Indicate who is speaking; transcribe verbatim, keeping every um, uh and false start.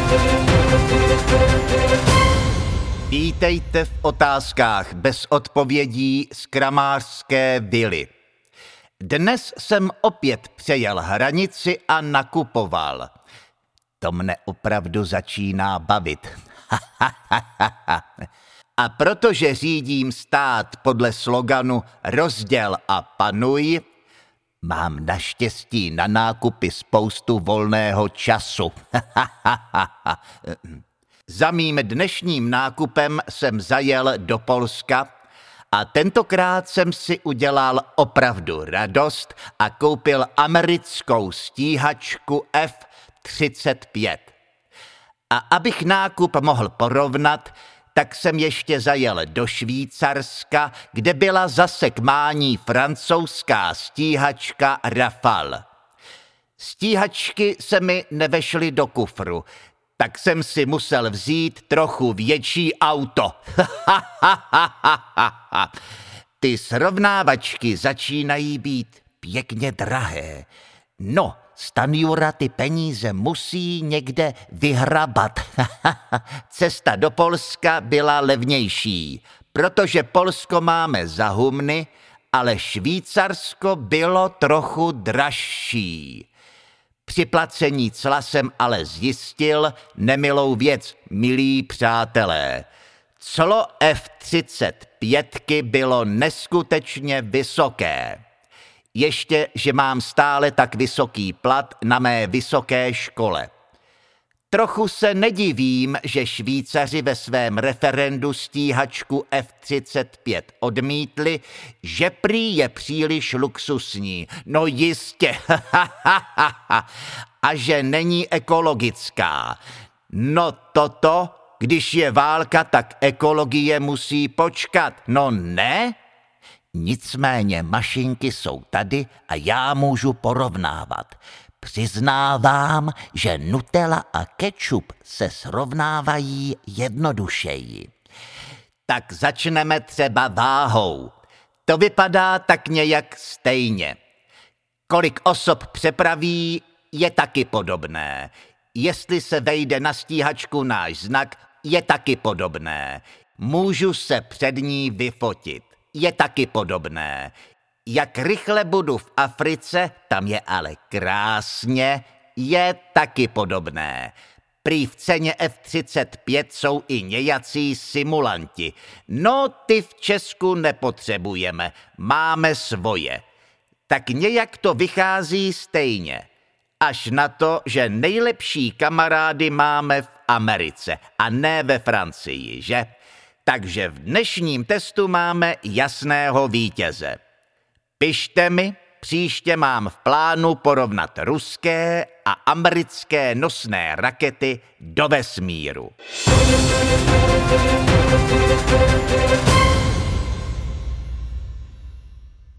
Speaker 1: Vítejte v otázkách bez odpovědí z kramářské vily. Dnes jsem opět přejel hranici a nakupoval. To mne opravdu začíná bavit. A protože řídím stát podle sloganu rozděl a panuj, mám naštěstí na nákupy spoustu volného času. Za mým dnešním nákupem jsem zajel do Polska a tentokrát jsem si udělal opravdu radost a koupil americkou stíhačku F třicet pět. A abych nákup mohl porovnat, tak jsem ještě zajel do Švýcarska, kde byla zase k mání francouzská stíhačka Rafale. Stíhačky se mi nevešly do kufru, tak jsem si musel vzít trochu větší auto. Ty srovnávačky začínají být pěkně drahé. No, Stanjura ty peníze musí někde vyhrabat. Cesta do Polska byla levnější, protože Polsko máme za humny, ale Švýcarsko bylo trochu dražší. Při placení cla jsem ale zjistil nemilou věc, milí přátelé. Clo F třicet pět bylo neskutečně vysoké. Ještě, že mám stále tak vysoký plat na mé vysoké škole. Trochu se nedivím, že Švýcaři ve svém referendu stíhačku F třicet pět odmítli, že prý je příliš luxusní. No jistě. A že není ekologická. No toto, když je válka, tak ekologie musí počkat. No ne? Nicméně mašinky jsou tady a já můžu porovnávat. Přiznávám, že Nutella a kečup se srovnávají jednodušeji. Tak začneme třeba váhou. To vypadá tak nějak stejně. Kolik osob přepraví, je taky podobné. Jestli se vejde na stíhačku náš znak, je taky podobné. Můžu se před ní vyfotit. Je taky podobné. Jak rychle budu v Africe, tam je ale krásně, je taky podobné. Prý v ceně F třicet pět jsou i nějací simulanti. No, ty v Česku nepotřebujeme, máme svoje. Tak nějak to vychází stejně. Až na to, že nejlepší kamarády máme v Americe a ne ve Francii, že? Takže v dnešním testu máme jasného vítěze. Pište mi, příště mám v plánu porovnat ruské a americké nosné rakety do vesmíru.